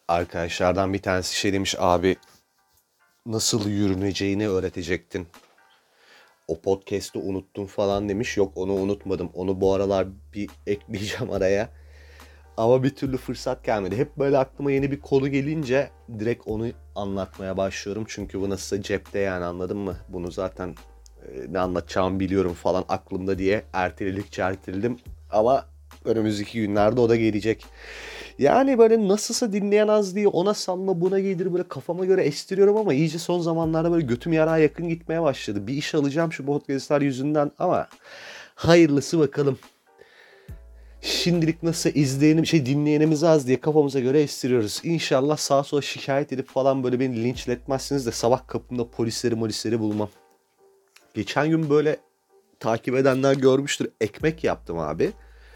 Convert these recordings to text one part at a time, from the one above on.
Arkadaşlardan bir tanesi şey demiş abi, nasıl yürüneceğini öğretecektin. O podcast'ı unuttum falan demiş. Yok, onu unutmadım. Onu bu aralar bir ekleyeceğim araya. Ama bir türlü fırsat gelmedi. Hep böyle aklıma yeni bir konu gelince direkt onu anlatmaya başlıyorum. Çünkü bu nasılsa cepte, yani anladın mı? Bunu zaten ne anlatacağımı biliyorum falan aklımda diye erteledim. Ama önümüzdeki günlerde o da gelecek. Yani böyle nasılsa dinleyen az diye ona salla buna giydir, böyle kafama göre estiriyorum ama iyice son zamanlarda böyle götüm yarağa yakın gitmeye başladı. Bir iş alacağım şu podcastlar yüzünden ama hayırlısı bakalım. Şimdilik nasıl izleyenim dinleyenimiz az diye kafamıza göre estiriyoruz. İnşallah sağa sola şikayet edip falan böyle beni linçletmezsiniz de sabah kapımda polisleri bulmam. Geçen gün böyle takip edenler görmüştür. Ekmek yaptım abi.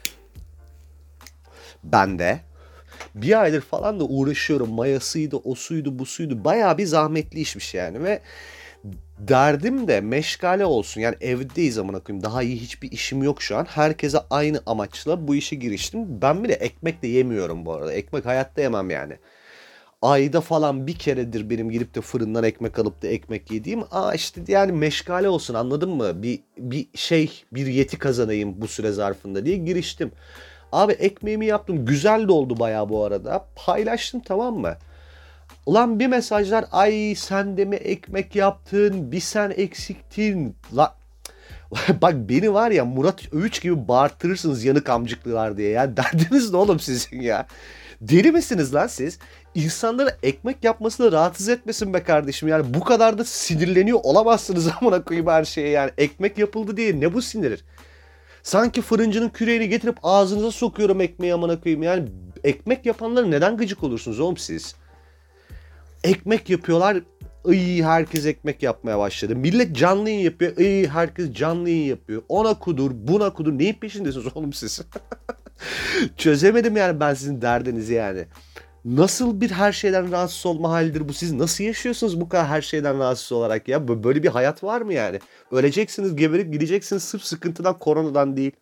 Ben de. Bir aydır falan da uğraşıyorum. Mayasıydı, o suydu, bu suydu. Bayağı bir zahmetli işmiş yani ve derdim de meşgale olsun. Yani evdeyiz amına koyayım. Daha iyi hiçbir işim yok şu an. Herkese aynı amaçla bu işe giriştim. Ben bile ekmek de yemiyorum bu arada. Ekmek hayatta yemem yani. Ayda falan bir keredir benim girip de fırından ekmek alıp da ekmek yediğim. İşte yani meşgale olsun, anladın mı? Bir yeti kazanayım bu süre zarfında diye giriştim. Abi ekmeğimi yaptım. Güzel de oldu bayağı bu arada. Paylaştım, tamam mı? Ulan bir mesajlar, ay sen de mi ekmek yaptın? Bir sen eksiktin. Bak beni var ya Murat Övüç gibi bağırtırırsınız yanık amcıklılar diye ya. Derdiniz ne oğlum sizin ya? Deli misiniz lan siz? İnsanları ekmek yapmasını rahatsız etmesin be kardeşim. Yani bu kadar da sinirleniyor olamazsınız amına koyayım her şeye yani. Ekmek yapıldı diye ne bu sinir? Sanki fırıncının küreğini getirip ağzınıza sokuyorum ekmeği amına koyayım. Yani ekmek yapanlara neden gıcık olursunuz oğlum siz? Ekmek yapıyorlar. Iy, herkes ekmek yapmaya başladı. Millet canlı yayın yapıyor. Iy, herkes canlı yayın yapıyor. Ona kudur, buna kudur. Neyin peşindesiniz oğlum siz? Çözemedim yani ben sizin derdinizi yani. Nasıl bir her şeyden rahatsız olma halidir bu? Siz nasıl yaşıyorsunuz bu kadar her şeyden rahatsız olarak ya? Böyle bir hayat var mı yani? Öleceksiniz, geberip gideceksiniz sırf sıkıntıdan, koronadan değil.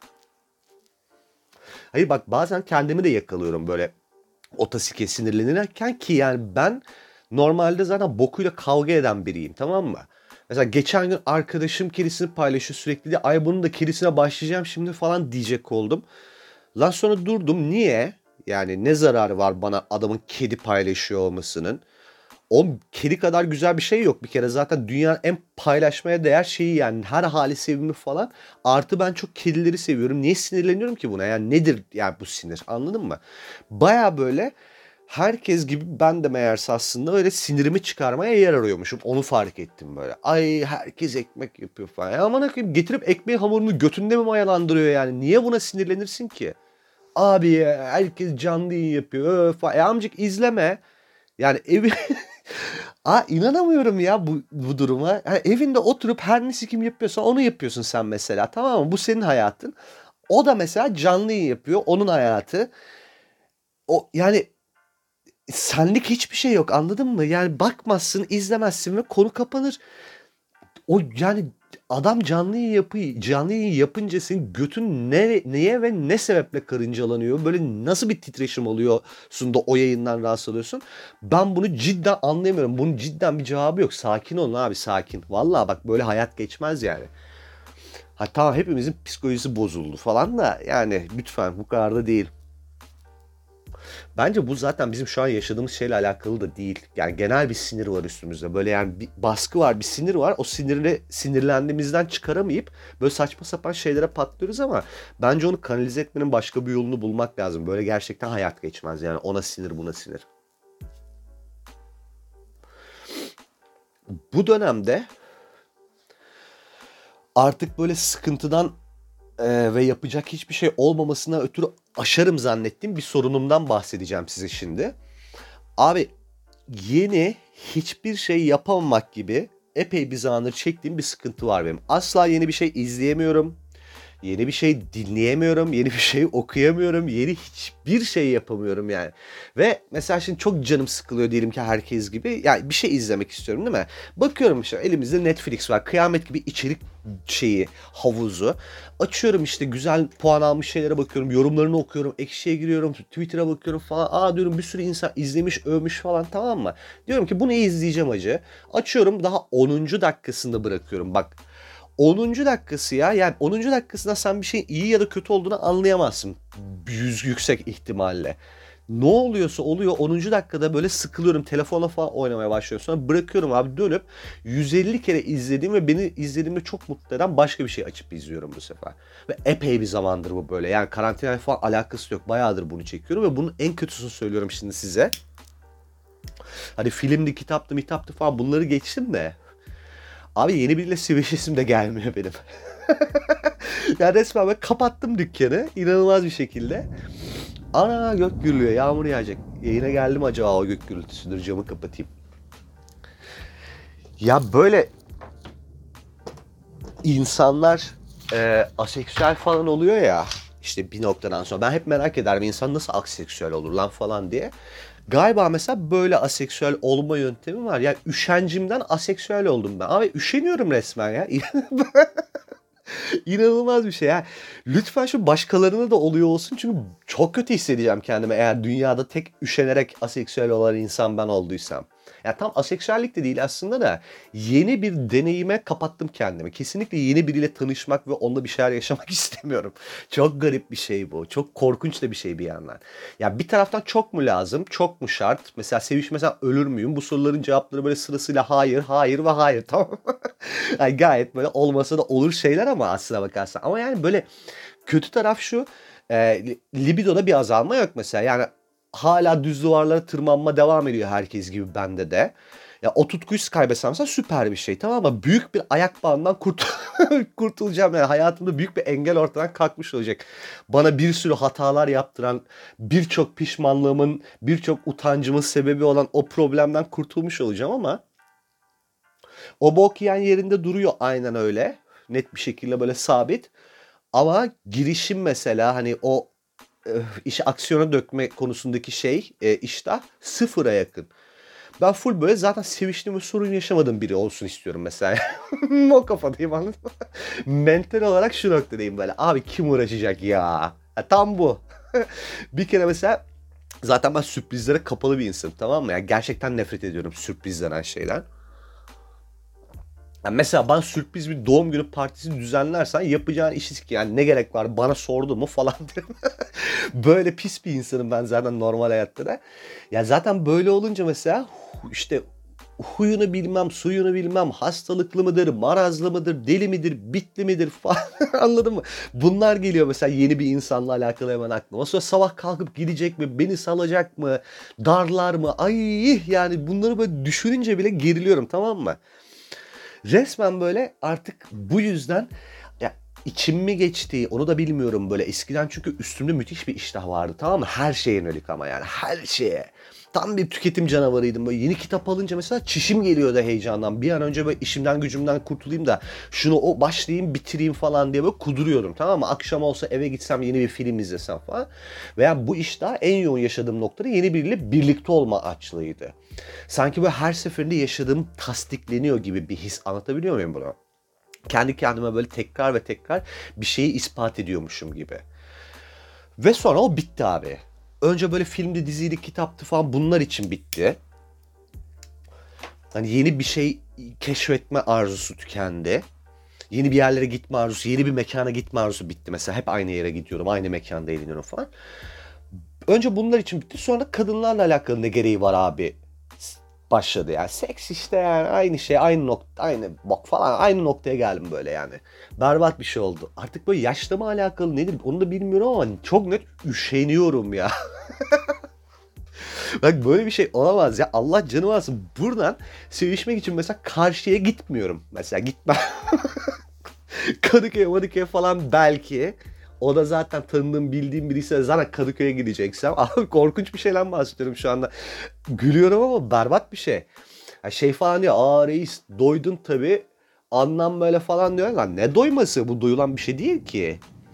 Hayır bak, bazen kendimi de yakalıyorum böyle otasike sinirlenirken ki yani ben normalde zaten bokuyla kavga eden biriyim, tamam mı? Mesela geçen gün arkadaşım kedisini paylaşıyor sürekli de, ay bunun da kedisine başlayacağım şimdi falan diyecek oldum. Lan sonra durdum, niye? Yani ne zararı var bana adamın kedi paylaşıyor olmasının? O kedi kadar güzel bir şey yok bir kere. Zaten dünyanın en paylaşmaya değer şeyi yani. Her hali sevimli falan. Artı ben çok kedileri seviyorum. Niye sinirleniyorum ki buna? Yani nedir yani bu sinir? Anladın mı? Baya böyle herkes gibi ben de meğerse aslında öyle sinirimi çıkarmaya yer arıyormuşum. Onu fark ettim böyle. Ay herkes ekmek yapıyor falan. Ya aman akıyım, getirip ekmeği hamurunu götünde mi mayalandırıyor yani? Niye buna sinirlenirsin ki? Abi ya, herkes canlı yayın yapıyor. Öf, amcık izleme. Yani evi inanamıyorum ya bu duruma. Yani evinde oturup her ne sikim yapıyorsan onu yapıyorsun sen mesela. Tamam mı? Bu senin hayatın. O da mesela canlı yayın yapıyor. Onun hayatı. O yani senlik hiçbir şey yok, anladın mı? Yani bakmazsın, izlemezsin ve konu kapanır. O yani adam canlı yayın yapınca senin götün neye ve ne sebeple karıncalanıyor? Böyle nasıl bir titreşim alıyorsun da o yayından rahatsız oluyorsun? Ben bunu cidden anlayamıyorum. Bunun cidden bir cevabı yok. Sakin olun abi, sakin. Vallahi bak böyle hayat geçmez yani. Hatta hepimizin psikolojisi bozuldu falan da yani lütfen bu kadar da değil. Bence bu zaten bizim şu an yaşadığımız şeyle alakalı da değil. Yani genel bir sinir var üstümüzde. Böyle yani bir baskı var, bir sinir var. O sinirlendiğimizden çıkaramayıp böyle saçma sapan şeylere patlıyoruz ama bence onu kanalize etmenin başka bir yolunu bulmak lazım. Böyle gerçekten hayat geçmez yani, ona sinir buna sinir. Bu dönemde artık böyle sıkıntıdan ve yapacak hiçbir şey olmamasına ötürü aşarım zannettiğim bir sorunumdan bahsedeceğim size şimdi. Abi, yeni hiçbir şey yapamamak gibi epey bir zamandır çektiğim bir sıkıntı var benim. Asla yeni bir şey izleyemiyorum. Yeni bir şey dinleyemiyorum, yeni bir şey okuyamıyorum, yeni hiçbir şey yapamıyorum yani. Ve mesela şimdi çok canım sıkılıyor diyelim ki herkes gibi. Yani bir şey izlemek istiyorum değil mi? Bakıyorum işte elimizde Netflix var. Kıyamet gibi içerik havuzu. Açıyorum işte güzel puan almış şeylere bakıyorum. Yorumlarını okuyorum. Ekşi'ye giriyorum. Twitter'a bakıyorum falan. Aa diyorum bir sürü insan izlemiş, övmüş falan, tamam mı? Diyorum ki bunu izleyeceğim acı. Açıyorum daha 10. dakikasında bırakıyorum. Bak 10. dakikası ya. Yani 10. dakikasında sen bir şeyin iyi ya da kötü olduğunu anlayamazsın. Yüksek ihtimalle. Ne oluyorsa oluyor 10. dakikada böyle sıkılıyorum. Telefonla falan oynamaya başlıyorum. Sonra bırakıyorum abi, dönüp 150 kere izlediğim ve beni izlediğimde çok mutlu eden başka bir şey açıp izliyorum bu sefer. Ve epey bir zamandır bu böyle. Yani karantinayla falan alakası yok. Bayağıdır bunu çekiyorum ve bunun en kötüsünü söylüyorum şimdi size. Hani filmdi, kitaptı, mitaptı falan bunları geçtim de. Abi yeni biriyle sevişesim de gelmiyor benim. Ya resmen ben kapattım dükkanı inanılmaz bir şekilde. Ana gök gürlüyor, yağmur yağacak. Yayına geldim acaba o gök gürültüsüdür, camı kapatayım. Ya böyle insanlar aseksüel falan oluyor ya. İşte bir noktadan sonra ben hep merak ederim insan nasıl aseksüel olur lan falan diye. Galiba mesela böyle aseksüel olma yöntemi var. Yani üşencimden aseksüel oldum ben. Abi üşeniyorum resmen ya. İnanılmaz bir şey ya. Lütfen şu başkalarına da oluyor olsun çünkü çok kötü hissedeceğim kendimi eğer dünyada tek üşenerek aseksüel olan insan ben olduysam. Ya tam aseksüellik de değil aslında da yeni bir deneyime kapattım kendimi. Kesinlikle yeni biriyle tanışmak ve onunla bir şeyler yaşamak istemiyorum. Çok garip bir şey bu. Çok korkunç da bir şey bir yandan. Ya bir taraftan çok mu lazım? Çok mu şart? Mesela sevişmesem ölür müyüm? Bu soruların cevapları böyle sırasıyla hayır, hayır ve hayır, tamam mı? Yani gayet böyle olmasa da olur şeyler ama aslına bakarsan. Ama yani böyle kötü taraf şu. Libidoda bir azalma yok mesela. Yani hala düz duvarlara tırmanma devam ediyor herkes gibi bende de. Ya o tutkuyu kaybetsem mesela süper bir şey, tamam mı? Büyük bir ayak bağından kurtulacağım yani hayatımda büyük bir engel ortadan kalkmış olacak. Bana bir sürü hatalar yaptıran, birçok pişmanlığımın, birçok utancımın sebebi olan o problemden kurtulmuş olacağım ama o bok yiyen yerinde duruyor aynen öyle. Net bir şekilde böyle sabit. Ama girişim mesela hani o işi aksiyona dökme konusundaki iştah sıfıra yakın. Ben full böyle zaten seviştiğim ve sorun yaşamadığım biri olsun istiyorum mesela. O kafadayım, anladın mı? Mental olarak şu noktadayım böyle. Abi kim uğraşacak ya? Tam bu. Bir kere mesela zaten ben sürprizlere kapalı bir insanım, tamam mı? Yani gerçekten nefret ediyorum sürpriz denen şeyden. Yani mesela bana sürpriz bir doğum günü partisi düzenlersen yapacağın işi yani ne gerek var bana sordu mu falan derim. Böyle pis bir insanım ben zaten normal hayatta da. Ya zaten böyle olunca mesela işte huyunu bilmem, suyunu bilmem, hastalıklı mıdır, marazlı mıdır, deli midir, bitli midir falan anladın mı? Bunlar geliyor mesela yeni bir insanla alakalı hemen aklıma. Sonra sabah kalkıp gidecek mi, beni salacak mı, darlar mı? Ay yani bunları böyle düşününce bile geriliyorum, tamam mı? Resmen böyle artık bu yüzden ya içim mi geçti onu da bilmiyorum böyle. Eskiden çünkü üstümde müthiş bir iştah vardı, tamam mı? Her şeye yönelik ama yani her şeye. Tam bir tüketim canavarıydım. Böyle yeni kitap alınca mesela çişim geliyordu heyecandan. Bir an önce böyle işimden gücümden kurtulayım da şunu o başlayayım bitireyim falan diye böyle kuduruyordum, tamam mı? Akşam olsa eve gitsem yeni bir film izlesem falan. Veya bu iştah en yoğun yaşadığım noktada yeni biriyle birlikte olma açlığıydı. Sanki böyle her seferinde yaşadığım tasdikleniyor gibi bir his, anlatabiliyor muyum bunu? Kendi kendime böyle tekrar ve tekrar bir şeyi ispat ediyormuşum gibi. Ve sonra o bitti abi. Önce böyle filmdi, diziydi, kitaptı falan bunlar için bitti. Hani yeni bir şey keşfetme arzusu tükendi. Yeni bir yerlere gitme arzusu, yeni bir mekana gitme arzusu bitti. Mesela hep aynı yere gidiyorum, aynı mekanda eğleniyorum falan. Önce bunlar için bitti. Sonra kadınlarla alakalı ne gereği var abi başladı yani. Seks işte yani aynı şey, aynı nokta, aynı bok falan, aynı noktaya geldim böyle yani. Berbat bir şey oldu. Artık böyle yaşla mı alakalı nedir onu da bilmiyorum ama çok net üşeniyorum ya. Bak böyle bir şey olamaz ya. Allah canımı alsın. Buradan sevişmek için mesela karşıya gitmiyorum. Mesela gitmem. Kadıköy falan belki. O da zaten tanıdığım bildiğim birisi zaten Kadıköy'e gideceksem. Abi korkunç bir şeyden bahsediyorum şu anda. Gülüyorum ama berbat bir şey. Ya şey falan diyor. Aa reis doydun tabii. Anlam böyle falan diyor. Lan ne doyması? Bu doyulan bir şey değil ki.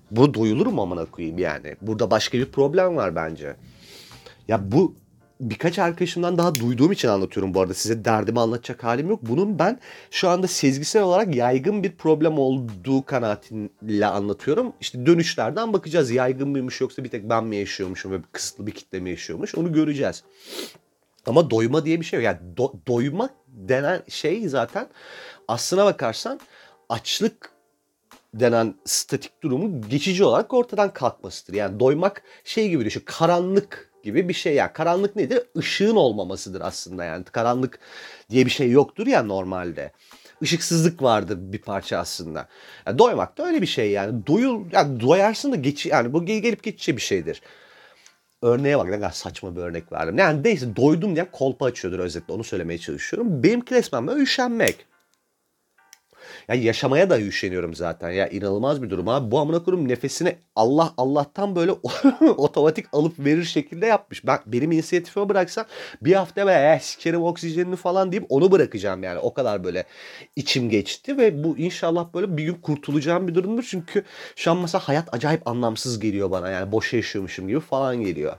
Bu doyulur mu amına koyayım yani? Burada başka bir problem var bence. Ya bu birkaç arkadaşımdan daha duyduğum için anlatıyorum bu arada. Size derdimi anlatacak halim yok. Bunun ben şu anda sezgisel olarak yaygın bir problem olduğu kanaatiyle anlatıyorum. İşte dönüşlerden bakacağız. Yaygın mıymış yoksa bir tek ben mi yaşıyormuşum ve kısıtlı bir kitle mi yaşıyormuş onu göreceğiz. Ama doyma diye bir şey yok. Yani doymak denen şey zaten aslına bakarsan açlık denen statik durumun geçici olarak ortadan kalkmasıdır. Yani doymak şey gibi düşün. Karanlık gibi bir şey. Yani karanlık nedir? Işığın olmamasıdır aslında yani. Karanlık diye bir şey yoktur ya normalde. Işıksızlık vardır bir parça aslında. Yani doymak da öyle bir şey yani. Yani doyarsın da yani bu gelip geçici bir şeydir. Örneğe bak ne kadar saçma bir örnek verdim. Yani neyse doydum diye kolpa açıyordur özetle onu söylemeye çalışıyorum. Benimki resmen böyle üşenmek. Ya yaşamaya da üşeniyorum zaten. Ya inanılmaz bir durum abi. Bu amına koyayım nefesini Allah'tan böyle otomatik alıp verir şekilde yapmış. Benim inisiyatifime bıraksan bir hafta be sikerim oksijenini falan deyip onu bırakacağım yani. O kadar böyle içim geçti ve bu inşallah böyle bir gün kurtulacağım bir durumdur. Çünkü şu an mesela hayat acayip anlamsız geliyor bana. Yani boş yaşıyormuşum gibi falan geliyor.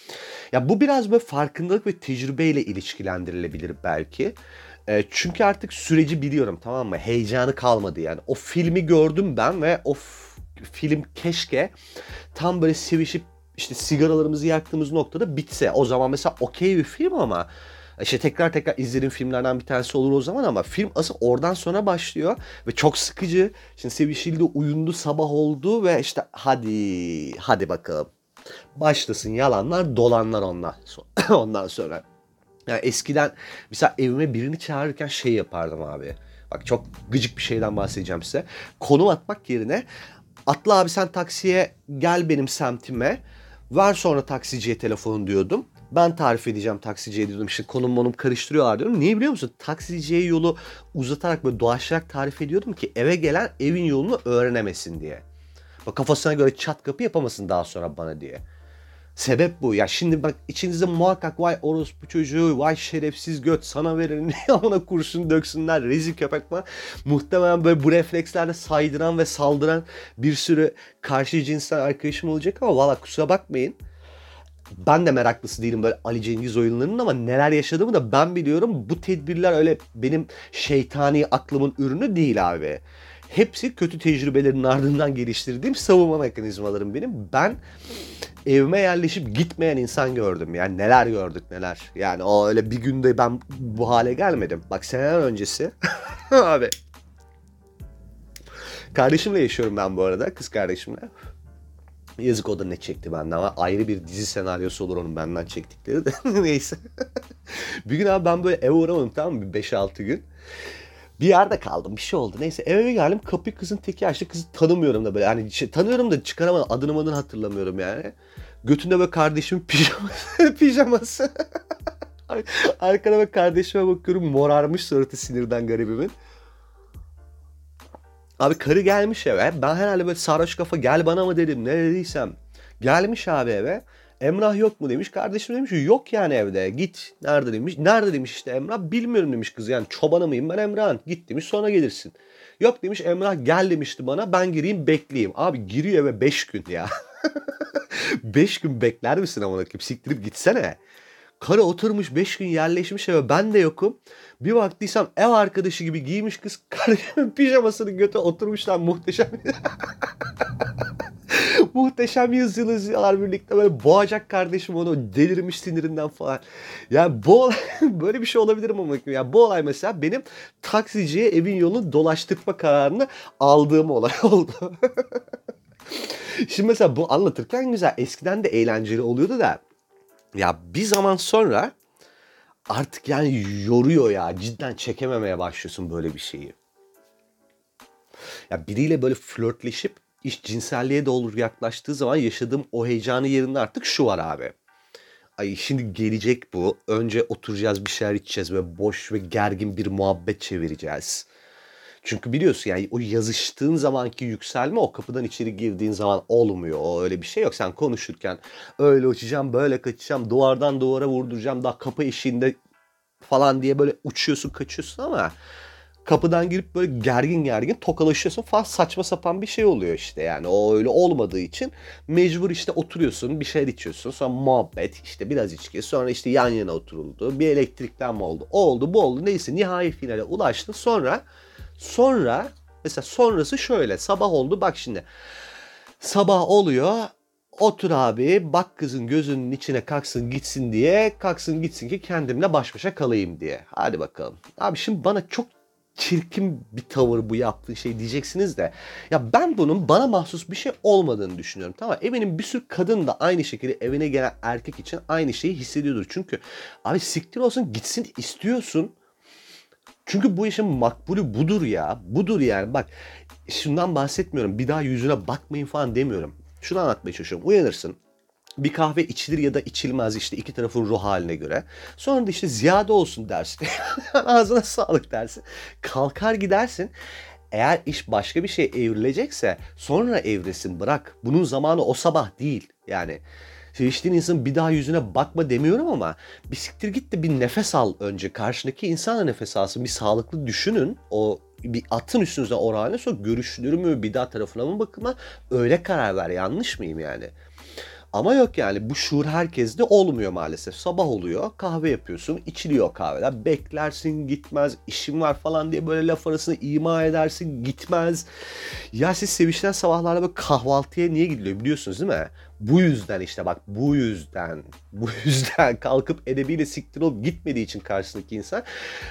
Ya bu biraz böyle farkındalık ve tecrübeyle ilişkilendirilebilir belki. Çünkü artık süreci biliyorum, tamam mı? Heyecanı kalmadı yani. O filmi gördüm ben ve film keşke tam böyle sevişip işte sigaralarımızı yaktığımız noktada bitse. O zaman mesela okey bir film ama işte tekrar izlediğim filmlerden bir tanesi olur o zaman ama film asıl oradan sonra başlıyor ve çok sıkıcı. Şimdi sevişildi, uyundu, sabah oldu ve işte hadi bakalım. Başlasın yalanlar, dolanlar ondan sonra. Yani eskiden mesela evime birini çağırırken şey yapardım abi. Bak çok gıcık bir şeyden bahsedeceğim size. Konum atmak yerine atla abi sen taksiye gel benim semtime. Ver sonra taksiciye telefonu diyordum. Ben tarif edeceğim taksiciye diyordum. İşte konum karıştırıyorlar diyorum. Niye biliyor musun? Taksiciye yolu uzatarak böyle doğaçlayarak tarif ediyordum ki eve gelen evin yolunu öğrenemesin diye. Bak kafasına göre çat kapı yapamasın daha sonra bana diye. Sebep bu. Ya şimdi bak içinizde muhakkak vay orospu çocuğu, vay şerefsiz göt sana verin ona kurşun döksünler rezil köpek var. Muhtemelen böyle bu reflekslerle saydıran ve saldıran bir sürü karşı cinsten arkadaşım olacak ama valla kusura bakmayın. Ben de meraklısı değilim böyle Ali Cengiz oyunlarının ama neler yaşadığımı da ben biliyorum. Bu tedbirler öyle benim şeytani aklımın ürünü değil abi. Hepsi kötü tecrübelerin ardından geliştirdiğim savunma mekanizmalarım benim. Ben evime yerleşip gitmeyen insan gördüm. Yani neler gördük neler. Yani o öyle bir günde ben bu hale gelmedim. Bak seneler öncesi abi. Kardeşimle yaşıyorum ben bu arada. Kız kardeşimle. Yazık o da ne çekti benden ama ayrı bir dizi senaryosu olur onun benden çektikleri de. Neyse. Bir gün abi ben böyle eve uğramadım tamam mı? 5-6 gün. Bir yerde kaldım bir şey oldu. Neyse eve geldim kapıyı kızın teki açtı. Kızı tanımıyorum da böyle. Hani tanıyorum da çıkaramadım. Adını hatırlamıyorum yani. Götünde böyle kardeşimin pijaması. Arkada böyle kardeşime bakıyorum morarmış suratı sinirden garibimin. Abi karı gelmiş eve. Ben herhalde böyle sarhoş kafa gel bana mı dedim ne dediysem. Gelmiş abi eve. Emrah yok mu demiş. Kardeşim demiş yok yani evde. Git. Nerede demiş. Nerede demiş işte Emrah. Bilmiyorum demiş kız. Yani çobanı mıyım ben Emrah'ın. Git demiş sonra gelirsin. Yok demiş Emrah gel demişti bana. Ben gireyim bekleyeyim. Abi giriyor eve 5 gün ya. 5 gün bekler misin amına koyayım? Siktirip gitsene. Karı oturmuş 5 gün yerleşmiş eve ben de yokum. Bir baktıysam ev arkadaşı gibi giymiş kız kardeşimin pijamasını götü oturmuşlar muhteşem. Muhteşem yüzyıl izliyorlar birlikte böyle boğacak kardeşim onu delirmiş sinirinden falan. Yani bu olay, böyle bir şey olabilir mi ama yani bu olay mesela benim taksiciye evin yolunu dolaştırma kararını aldığım olay oldu. Şimdi mesela bu anlatırken güzel eskiden de eğlenceli oluyordu da ya bir zaman sonra artık yani yoruyor ya cidden çekememeye başlıyorsun böyle bir şeyi. Ya biriyle böyle flörtleşip iş cinselliğe de olur yaklaştığı zaman yaşadığım o heyecanı yerinde artık şu var abi. Ay şimdi gelecek bu. Önce oturacağız bir şeyler içeceğiz ve boş ve gergin bir muhabbet çevireceğiz. Çünkü biliyorsun yani o yazıştığın zamanki yükselme o kapıdan içeri girdiğin zaman olmuyor. O öyle bir şey yok. Sen konuşurken öyle uçacağım böyle kaçacağım duvardan duvara vurduracağım daha kapı eşiğinde falan diye böyle uçuyorsun kaçıyorsun ama Kapıdan girip böyle gergin gergin tokalaşıyorsun falan, saçma sapan bir şey oluyor işte yani. O öyle olmadığı için mecbur işte oturuyorsun, bir şeyler içiyorsun, sonra muhabbet, işte biraz içki, sonra işte yan yana oturuldu, bir elektriklenme oldu, o oldu bu oldu, neyse nihai finale ulaştın. Sonra mesela sonrası şöyle: sabah oldu, bak şimdi sabah oluyor. Otur abi, bak kızın gözünün içine kalksın gitsin diye, kalksın gitsin ki kendimle baş başa kalayım diye. Hadi bakalım. Abi şimdi bana çok çirkin bir tavır bu yaptığın şey diyeceksiniz de. Ya ben bunun bana mahsus bir şey olmadığını düşünüyorum. Tamam, eminim bir sürü kadın da aynı şekilde evine gelen erkek için aynı şeyi hissediyordur. Çünkü abi siktir olsun gitsin istiyorsun. Çünkü bu işin makbulü budur ya. Budur yani. Bak, şundan bahsetmiyorum. Bir daha yüzüne bakmayın falan demiyorum. Şunu anlatmaya çalışıyorum. Uyanırsın. Bir kahve içilir ya da içilmez, işte iki tarafın ruh haline göre. Sonra da işte ziyade olsun dersin. Ağzına sağlık dersin. Kalkar gidersin. Eğer iş başka bir şeye evrilecekse sonra evrilsin, bırak. Bunun zamanı o sabah değil. Yani seviştiğin insanın bir daha yüzüne bakma demiyorum ama bir siktir git de bir nefes al önce. Karşındaki insan da nefes alsın. Bir sağlıklı düşünün. O bir atın üstünüze o haline, sonra görüşülür mü, bir daha tarafına mı bakılma, öyle karar ver. Yanlış mıyım yani? Ama yok yani, bu şuur herkeste olmuyor maalesef. Sabah oluyor, kahve yapıyorsun, içiliyor kahveler. Beklersin gitmez, işim var falan diye böyle laf arasında ima edersin, gitmez. Ya siz sevişten sabahlarda böyle kahvaltıya niye gidiliyor biliyorsunuz değil mi? Bu yüzden işte, bak bu yüzden. Bu yüzden kalkıp edebiyle siktir olup gitmediği için karşısındaki insan,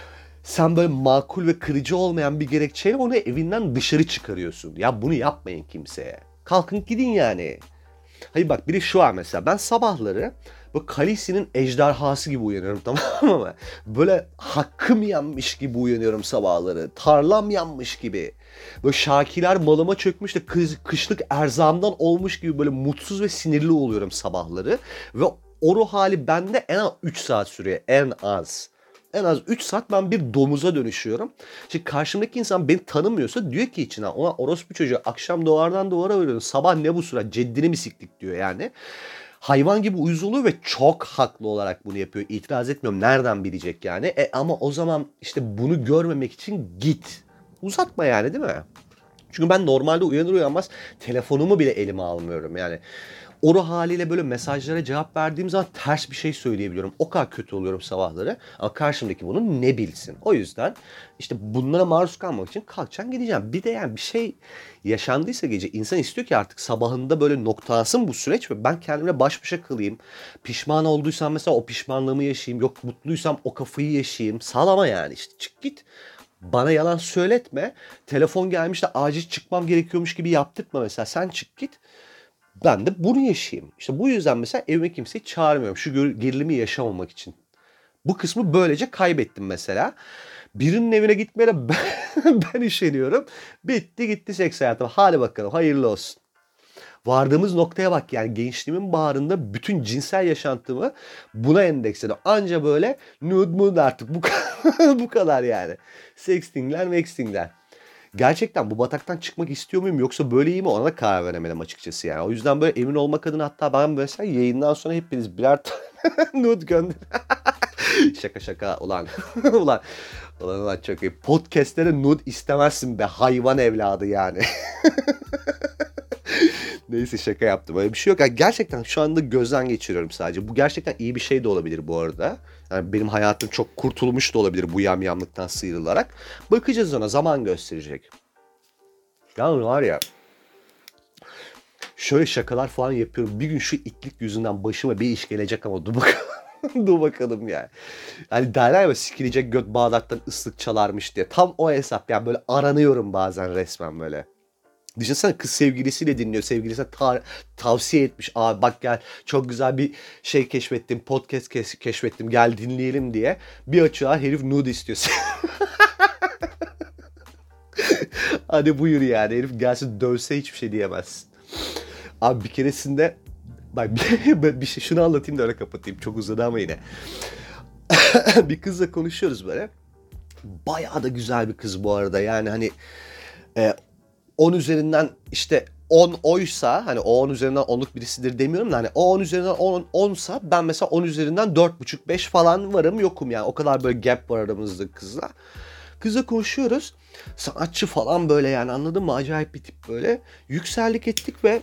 sen böyle makul ve kırıcı olmayan bir gerekçeyle onu evinden dışarı çıkarıyorsun. Ya bunu yapmayın kimseye. Kalkın gidin yani. Hayır bak, bir de şu an mesela ben sabahları böyle Khaleesi'nin ejderhası gibi uyanıyorum, tamam mı? Böyle hakkım yanmış gibi uyanıyorum sabahları. Tarlam yanmış gibi. Böyle Şakiler malıma çökmüş de kışlık erzağımdan olmuş gibi böyle mutsuz ve sinirli oluyorum sabahları. Ve o ruh hali bende en az 3 saat sürüyor, en az. En az 3 saat ben bir domuza dönüşüyorum. Şimdi karşımdaki insan beni tanımıyorsa diyor ki içine, ona orospu çocuğu akşam duvardan duvara veriyorsun, sabah ne bu surat, ceddini mi siktik diyor yani. Hayvan gibi uyuz oluyor ve çok haklı olarak bunu yapıyor. İtiraz etmiyorum, nereden bilecek yani. Ama o zaman işte bunu görmemek için git. Uzatma yani, değil mi? Çünkü ben normalde uyanır uyanmaz telefonumu bile elime almıyorum yani. O ruh haliyle böyle mesajlara cevap verdiğim zaman ters bir şey söyleyebiliyorum. O kadar kötü oluyorum sabahları. Ama karşımdaki bunu ne bilsin. O yüzden işte bunlara maruz kalmak için kalkacaksın gideceğim. Bir de yani bir şey yaşandıysa gece, insan istiyor ki artık sabahında böyle noktalansın bu süreç ve ben kendimle baş başa kalayım. Pişman olduysam mesela o pişmanlığımı yaşayayım. Yok mutluysam o kafayı yaşayayım. Sağlama yani, işte çık git. Bana yalan söyletme. Telefon gelmiş de acil çıkmam gerekiyormuş gibi yaptırtma mesela. Sen çık git. Ben de bunu yaşayayım. İşte bu yüzden mesela evime kimseyi çağırmıyorum. Şu gerilimi yaşamamak için. Bu kısmı böylece kaybettim mesela. Birinin evine gitmeye de ben üşeniyorum. Bitti gitti seks hayatım. Hadi bakalım, hayırlı olsun. Vardığımız noktaya bak yani, gençliğimin baharında bütün cinsel yaşantımı buna endeksledim. Anca böyle nude artık bu, bu kadar yani. Sextingler mextingler. Gerçekten bu bataktan çıkmak istiyor muyum yoksa böyle iyi mi, ona da karar veremedim açıkçası yani. O yüzden böyle emin olmak adına hatta ben mesela yayından sonra hepiniz birer tane nude gönder. Şaka şaka ulan. ulan. Ulan çok iyi. Podcast'lere nude istemezsin be hayvan evladı yani. Neyse, şaka yaptım. Öyle bir şey yok. Yani gerçekten şu anda gözden geçiriyorum sadece. Bu gerçekten iyi bir şey de olabilir bu arada. Yani benim hayatım çok kurtulmuş da olabilir bu yamyamlıktan sıyrılarak. Bakacağız ona, zaman gösterecek. Ya var ya, şöyle şakalar falan yapıyorum. Bir gün şu itlik yüzünden başıma bir iş gelecek ama dur bakalım. Dur bakalım yani. Hani derler ya, sikilecek göt Bağdat'tan ıslık çalarmış diye. Tam o hesap yani, böyle aranıyorum bazen resmen böyle. Düşünsene, kız sevgilisiyle dinliyor. Sevgilisine tavsiye etmiş. Abi bak gel, çok güzel bir şey keşfettim. Podcast keşfettim. Gel dinleyelim diye. Bir açığa herif nude istiyorsun. Hadi buyur yani. Herif gelsin dövse hiçbir şey diyemezsin. Abi bir keresinde bak bir şey, şunu anlatayım da öyle kapatayım. Çok uzadı ama yine. Bir kızla konuşuyoruz böyle. Bayağı da güzel bir kız bu arada. Yani hani 10 üzerinden işte 10 oysa, hani o 10 üzerinden 10'luk birisidir demiyorum da, hani o 10 üzerinden 10'sa ben mesela 10 üzerinden 4,5-5 falan varım yokum yani. O kadar böyle gap var aramızda kızla. Kızla konuşuyoruz. Sanatçı falan böyle yani, anladın mı? Acayip bir tip böyle. Yükseldik ettik ve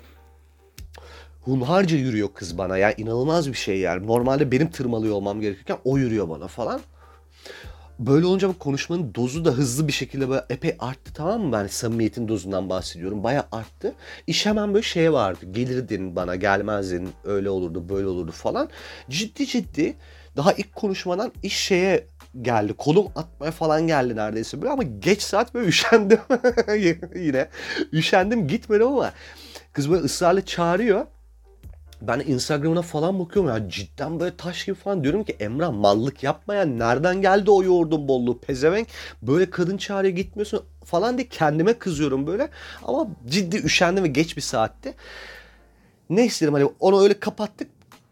hunharca yürüyor kız bana. Yani inanılmaz bir şey yani. Normalde benim tırmalıyor olmam gerekirken o yürüyor bana falan. Böyle olunca bu konuşmanın dozu da hızlı bir şekilde böyle epey arttı, tamam mı? Yani samimiyetin dozundan bahsediyorum. Bayağı arttı. İş hemen böyle şey vardı. Gelirdin bana, gelmezdin, öyle olurdu, böyle olurdu falan. Ciddi ciddi daha ilk konuşmadan iş şeye geldi. Kolum atmaya falan geldi neredeyse böyle, ama geç saat böyle üşendim. Yine üşendim, gitmedim ama kız böyle ısrarla çağırıyor. Ben Instagram'ına falan bakıyorum ya, cidden böyle taş gibi falan, diyorum ki Emrah mallık yapma ya, nereden geldi o yoğurdun bolluğu pezevenk, böyle kadın çağrıya gitmiyorsun falan diye kendime kızıyorum böyle, ama ciddi üşendim ve geç bir saatti. Neyse dedim, hani onu öyle kapattık,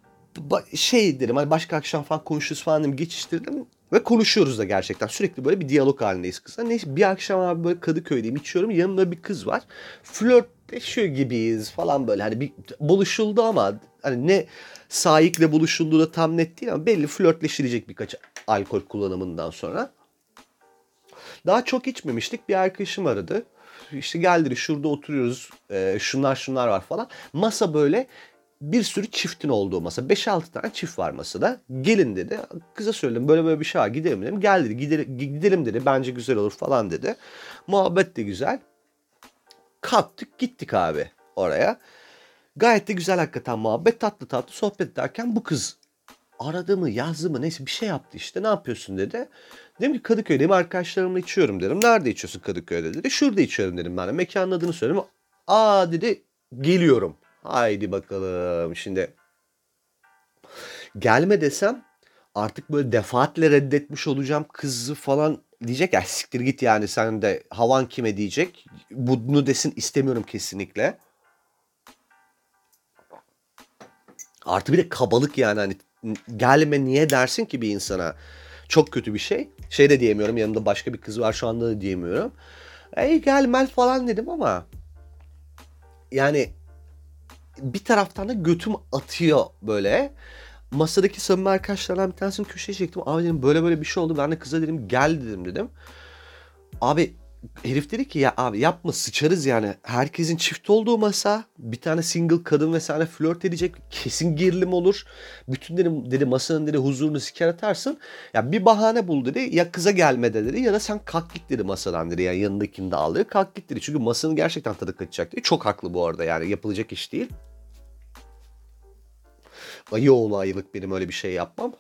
şey dedim hani başka akşam falan konuşuruz falan dedim, geçiştirdim. Ve konuşuyoruz da gerçekten. Sürekli böyle bir diyalog halindeyiz kızla. Neyse bir akşam abi böyle Kadıköy'deyim, içiyorum. Yanımda bir kız var. Flörtleşiyor gibiyiz falan böyle. Hani bir buluşuldu ama hani ne sahikle buluşulduğu da tam net değil, ama belli flörtleşilecek birkaç alkol kullanımından sonra. Daha çok içmemiştik. Bir arkadaşım aradı. İşte gel dedi, şurada oturuyoruz. Şunlar şunlar var falan. Masa böyle bir sürü çiftin olduğu masa. 5-6 tane çift var masada. Gelin dedi. Kıza söyledim, böyle böyle bir şey var, gidelim dedim. Gel dedi, gidelim dedi. Bence güzel olur falan dedi. Muhabbet de güzel. Kalktık gittik abi oraya. Gayet de güzel hakikaten muhabbet, tatlı tatlı sohbet ederken bu kız aradı mı yazdı mı neyse bir şey yaptı işte. Ne yapıyorsun dedi. Dedim ki Kadıköy'deyim, arkadaşlarımla içiyorum dedim. Nerede içiyorsun Kadıköy'de dedi. Şurada içiyorum dedim ben de. Mekanın adını söyledim. Aa dedi, geliyorum. Haydi bakalım şimdi. Gelme desem artık böyle defaatle reddetmiş olacağım kızı falan, diyecek ya siktir git yani, sen de havan kime diyecek. Bunu desin istemiyorum kesinlikle. Artı bir de kabalık yani, hani gelme niye dersin ki bir insana? Çok kötü bir şey. Şey de diyemiyorum, yanımda başka bir kız var şu anda da diyemiyorum. Ey gel falan dedim ama yani bir taraftan da götüm atıyor böyle. Masadaki samimi arkadaşlardan bir tanesini köşeye çektim. Abi dedim böyle böyle bir şey oldu. Ben de kıza dedim gel dedim. Abi herif dedi ki ya abi yapma, sıçarız yani. Herkesin çift olduğu masa. Bir tane single kadın ve seninle flört edecek. Kesin gerilim olur. Bütün dedi masanın dedi huzurunu siker atarsın. Ya bir bahane bul dedi. Ya kıza gelme dedi ya da sen kalk git dedi masadan dedi. Yani yanındakini de al dedi. Kalk git dedi. Çünkü masanın gerçekten tadı kaçacak dedi. Çok haklı bu arada, yani yapılacak iş değil. Ayı oğlu ayılık benim öyle bir şey yapmam.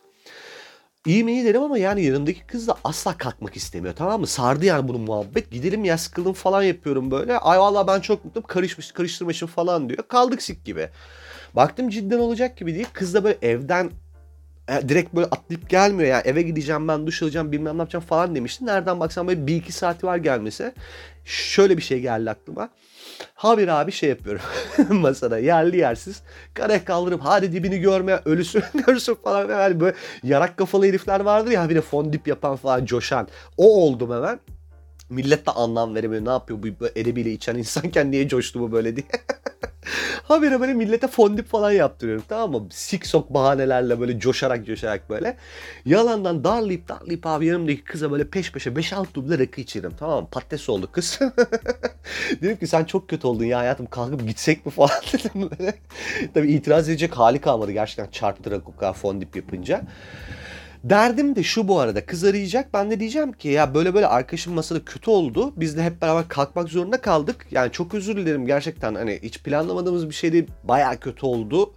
İyi mi iyi dedim ama yani yanımdaki kız da asla kalkmak istemiyor, tamam mı? Sardı yani bunu muhabbet. Gidelim ya, sıkıldım falan yapıyorum böyle. Ay vallahi ben çok mutluyum, karıştırmışım falan diyor. Kaldık sik gibi. Baktım cidden olacak gibi değil. Kız da böyle evden direkt böyle atlayıp gelmiyor yani, eve gideceğim ben, duş alacağım bilmem ne yapacağım falan demişti. Nereden baksan böyle 1-2 saati var gelmesi. Şöyle bir şey geldi aklıma. Habire abi şey yapıyorum masada yerli yersiz kadeh kaldırıp hadi dibini görmeye ölüsün görsün falan, yani böyle yarak kafalı herifler vardır ya, habire fondip yapan falan, coşan, o oldum hemen. Millet de anlam veremiyor, ne yapıyor bu edebiyle içen insanken, niye coştu bu böyle diye. Habire böyle millete fondip falan yaptırıyorum, tamam mı? Siksok bahanelerle böyle coşarak böyle. Yalandan darlayıp abi yanımdaki kıza böyle peş peşe 5-6 duble rakı içerim, tamam mı? Patates oldu kız. Dedim ki sen çok kötü oldun ya hayatım, kalkıp gitsek mi falan dedim böyle. Tabii itiraz edecek hali kalmadı gerçekten, çarptı rakı o kadar fondip yapınca. Derdim de şu bu arada, kız arayacak, ben de diyeceğim ki ya böyle böyle arkadaşım masada kötü oldu. Biz de hep beraber kalkmak zorunda kaldık. Yani çok özür dilerim gerçekten, hani hiç planlamadığımız bir şey değil, baya kötü oldu.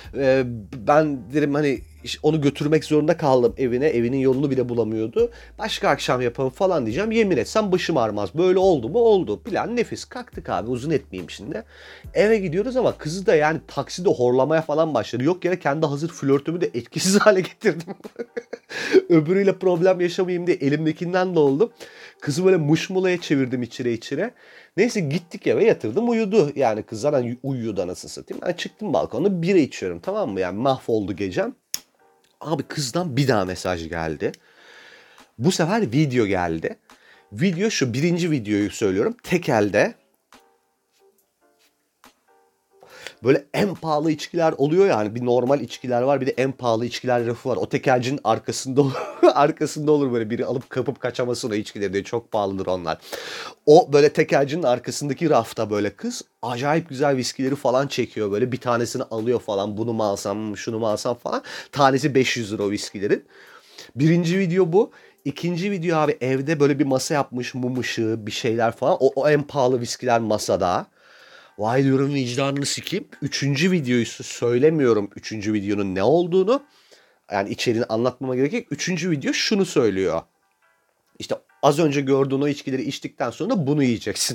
Ben derim hani onu götürmek zorunda kaldım evine. Evinin yolunu bile bulamıyordu. Başka akşam yapalım falan diyeceğim. Yemin etsem başım ağrımaz. Böyle oldu mu? Oldu. Plan nefis. Kalktık abi, uzun etmeyeyim şimdi. Eve gidiyoruz ama kızı da yani takside horlamaya falan başladı. Yok yere kendi hazır flörtümü de etkisiz hale getirdim. Öbürüyle problem yaşamayayım diye elimdekinden de oldum. Kızı böyle muşmulaya çevirdim içire. Neyse gittik eve, yatırdım, uyudu. Yani kız zaten uyuyordu anasını satayım. Ben çıktım balkona, bira içiyorum, tamam mı? Yani mahvoldu gecem. Abi kızdan bir daha mesaj geldi. Bu sefer video geldi. Video şu, birinci videoyu söylüyorum. Tek elde. Böyle en pahalı içkiler oluyor yani. Bir normal içkiler var, bir de en pahalı içkiler rafı var. O tekelcinin arkasında olur, arkasında olur böyle biri alıp kapıp kaçamasın o içkileri diye. Çok pahalıdır onlar. O böyle tekelcinin arkasındaki rafta böyle kız acayip güzel viskileri falan çekiyor böyle. Bir tanesini alıyor falan. Bunu mu alsam, şunu mu alsam falan. Tanesi 500 lira o viskilerin. Birinci video bu. İkinci video abi evde böyle bir masa yapmış, mum ışığı, bir şeyler falan. O en pahalı viskiler masada. Vay diyorum, vicdanını sikeyim. Üçüncü videoyu söylemiyorum, üçüncü videonun ne olduğunu. Yani içeriğini anlatmama gerek yok. Üçüncü video şunu söylüyor. İşte az önce gördüğün o içkileri içtikten sonra bunu yiyeceksin.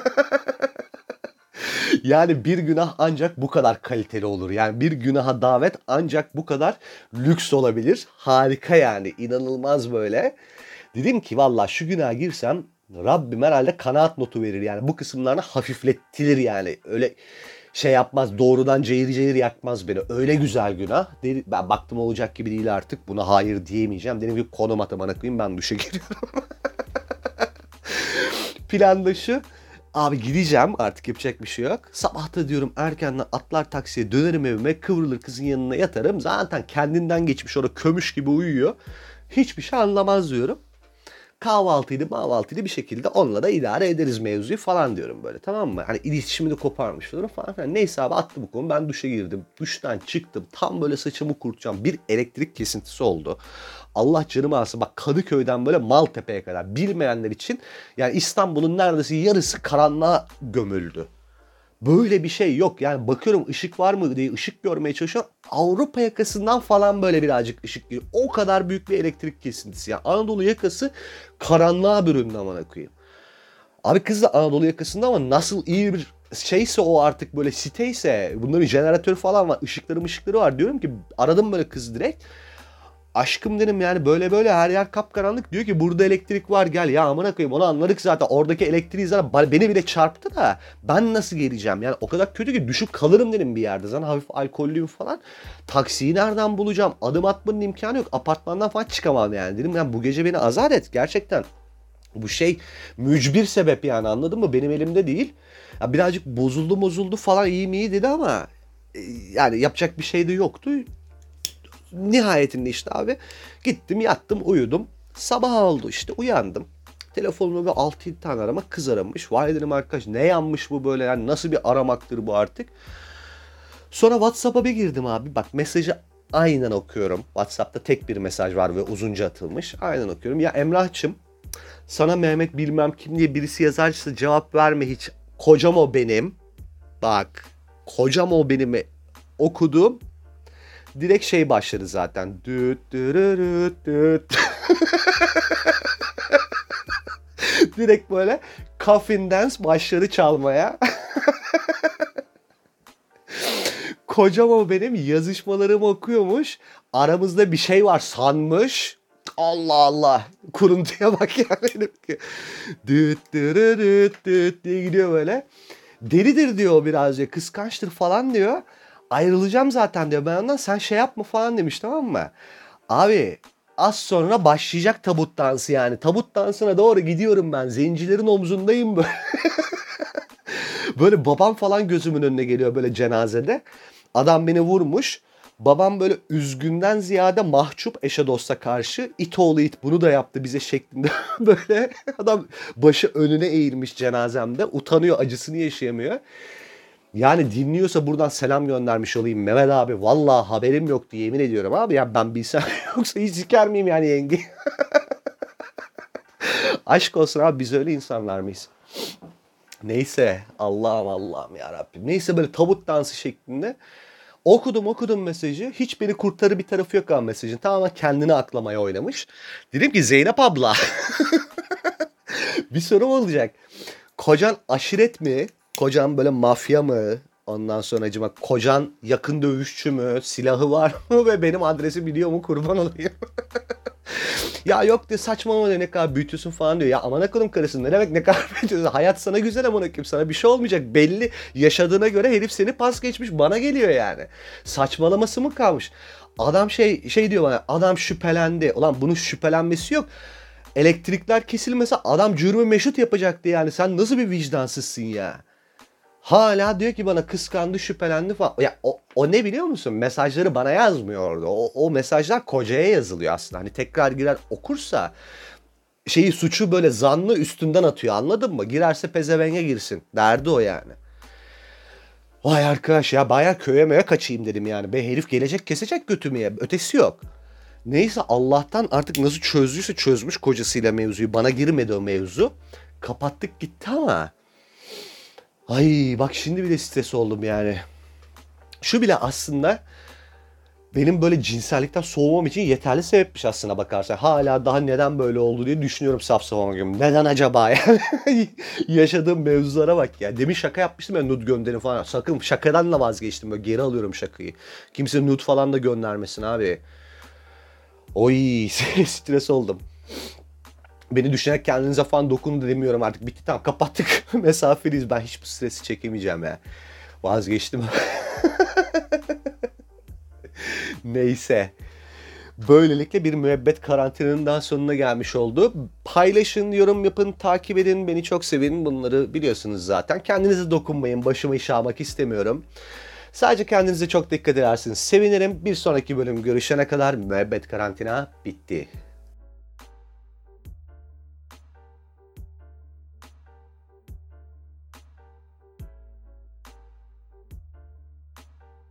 Yani bir günah ancak bu kadar kaliteli olur. Yani bir günaha davet ancak bu kadar lüks olabilir. Harika yani. İnanılmaz böyle. Dedim ki valla şu günaha girsem Rabbim herhalde kanaat notu verir. Yani bu kısımlarını hafiflettirir yani. Öyle şey yapmaz, doğrudan cayır cayır yakmaz beni. Öyle güzel günah. Ben baktım olacak gibi değil artık. Buna hayır diyemeyeceğim. Dedim ki konum at amına koyayım, ben duşa giriyorum. Plan da şu. Abi gideceğim, artık yapacak bir şey yok. Sabah da diyorum erkenden atlar taksiye, dönerim evime, kıvrılır kızın yanına yatarım. Zaten kendinden geçmiş, orada kömüş gibi uyuyor. Hiçbir şey anlamaz diyorum. Kahvaltıydı bir şekilde onunla da idare ederiz mevzuyu falan diyorum böyle, tamam mı? Hani iletişimi de koparmış olurum falan filan. Neyse abi, attı bu konu, ben duşa girdim. Duştan çıktım, tam böyle saçımı kurutacağım. Bir elektrik kesintisi oldu. Allah canımı alsın, bak Kadıköy'den böyle Maltepe'ye kadar, bilmeyenler için yani İstanbul'un neredeyse yarısı karanlığa gömüldü. Böyle bir şey yok. Yani bakıyorum ışık var mı diye ışık görmeye çalışıyorum. Avrupa yakasından falan böyle birazcık ışık geliyor. O kadar büyük bir elektrik kesintisi. Yani Anadolu yakası karanlığa büründü amına koyayım. Abi kız da Anadolu yakasında ama nasıl iyi bir şeyse o, artık böyle siteyse, bunların jeneratörü falan var. Işıkları var. Diyorum ki, aradım böyle kızı direkt. Aşkım dedim, yani böyle böyle her yer kapkaranlık. Diyor ki burada elektrik var, gel. Ya amına koyayım, onu anladık zaten. Oradaki elektriği zaten beni bile çarptı da ben nasıl geleceğim? Yani o kadar kötü ki düşüp kalırım dedim bir yerde. Zaten hafif alkollüyüm falan. Taksiyi nereden bulacağım? Adım atmanın imkanı yok. Apartmandan falan çıkamam yani. Dedim yani bu gece beni azat et gerçekten. Bu şey mücbir sebep yani, anladın mı? Benim elimde değil. Ya birazcık bozuldu falan, iyi dedi ama yani yapacak bir şey de yoktu. Nihayetinde işte abi gittim, yattım, uyudum. Sabah oldu işte, uyandım. Telefonuma bir 6-7 tane arama, kız aramış. Vay dedim arkadaş, ne yanmış bu böyle, yani nasıl bir aramaktır bu artık. Sonra WhatsApp'a bir girdim abi. Bak mesajı aynen okuyorum. WhatsApp'ta tek bir mesaj var ve uzunca atılmış. Aynen okuyorum. Ya Emrah'cığım, sana Mehmet bilmem kim diye birisi yazarsa cevap verme hiç. Kocam o benim. Bak, kocam o benim okudum. Direkt şey başladı zaten. Düt dürürüt düt. Direkt böyle Coffin Dance başladı çalmaya. Kocam o benim yazışmalarımı okuyormuş. Aramızda bir şey var sanmış. Allah Allah. Kuruntuya bak yani. Düt dürürüt düt diye gidiyor böyle. Delidir diyor o, birazcık kıskançtır falan diyor. Ayrılacağım zaten diyor. Ben ondan sen şey yapma falan demiş, tamam mı? Abi az sonra başlayacak tabut dansı yani. Tabut dansına doğru gidiyorum ben. Zencilerin omzundayım böyle. Böyle babam falan gözümün önüne geliyor böyle cenazede. Adam beni vurmuş. Babam böyle üzgünden ziyade mahcup eşe dosta karşı. İt oğlu it bunu da yaptı bize şeklinde böyle adam başı önüne eğilmiş cenazemde. Utanıyor, acısını yaşayamıyor. Yani dinliyorsa buradan selam göndermiş olayım Mehmet abi. Vallahi haberim yoktu, yemin ediyorum abi. Ya ben bilsem yoksa hiç siker miyim yani yenge? Aşk olsun abi, biz öyle insanlar mıyız? Neyse, Allah'ım ya Rabbim. Neyse, böyle tabut dansı şeklinde. Okudum mesajı. Hiç beni kurtarı bir tarafı yok ama mesajın. Tamamen kendini aklamaya oynamış. Dedim ki Zeynep abla. Bir sorum olacak. Kocan aşiret mi? Kocan böyle mafya mı? Ondan sonra acaba kocan yakın dövüşçü mü? Silahı var mı? Ve benim adresi biliyor mu? Kurban olayım. Ya yok diyor, saçmalama diyor, ne kadar büyütüyorsun falan diyor. Ya aman akıllım karısın, ne demek ne kadar büyütüyorsun? Hayat sana güzel, aman akıllım, sana bir şey olmayacak. Belli, yaşadığına göre herif seni pas geçmiş, bana geliyor yani. Saçmalaması mı kalmış? Adam şey diyor bana, adam şüphelendi. Ulan bunun şüphelenmesi yok. Elektrikler kesilmese adam cürmü meşhut yapacaktı yani. Sen nasıl bir vicdansızsın ya? Hala diyor ki bana kıskandı, şüphelendi falan. Ya o ne biliyor musun? Mesajları bana yazmıyor orada. O mesajlar kocaya yazılıyor aslında. Hani tekrar girer okursa suçu böyle zanlı üstünden atıyor, anladın mı? Girerse pezevenge girsin. Derdi o yani. Vay arkadaş ya, bayağı köye möye kaçayım dedim yani. Be herif gelecek kesecek götümü ya. Ötesi yok. Neyse, Allah'tan artık nasıl çözdüyse çözmüş kocasıyla mevzuyu. Bana girmedi o mevzu. Kapattık gitti ama. Ay bak, şimdi bile stres oldum yani. Şu bile aslında benim böyle cinsellikten soğumam için yeterli sebepmiş aslına bakarsan. Hala daha neden böyle oldu diye düşünüyorum saf safama gibi. Neden acaba yani? Yaşadığım mevzulara bak ya. Demin şaka yapmıştım ya, nude gönderin falan. Sakın, şakadan da vazgeçtim. Böyle geri alıyorum şakayı. Kimse nude falan da göndermesin abi. Oy stres oldum. Beni düşünerek kendinize falan dokunun demiyorum artık. Bitti, tamam, kapattık. Mesafeliyiz. Ben hiç bu stresi çekemeyeceğim ya. Vazgeçtim. Neyse. Böylelikle bir müebbet karantinanın daha sonuna gelmiş oldu. Paylaşın, yorum yapın, takip edin, beni çok sevin. Bunları biliyorsunuz zaten. Kendinize dokunmayın, başımı iş almak istemiyorum. Sadece kendinize çok dikkat edersiniz sevinirim. Bir sonraki bölüm görüşene kadar müebbet karantina bitti.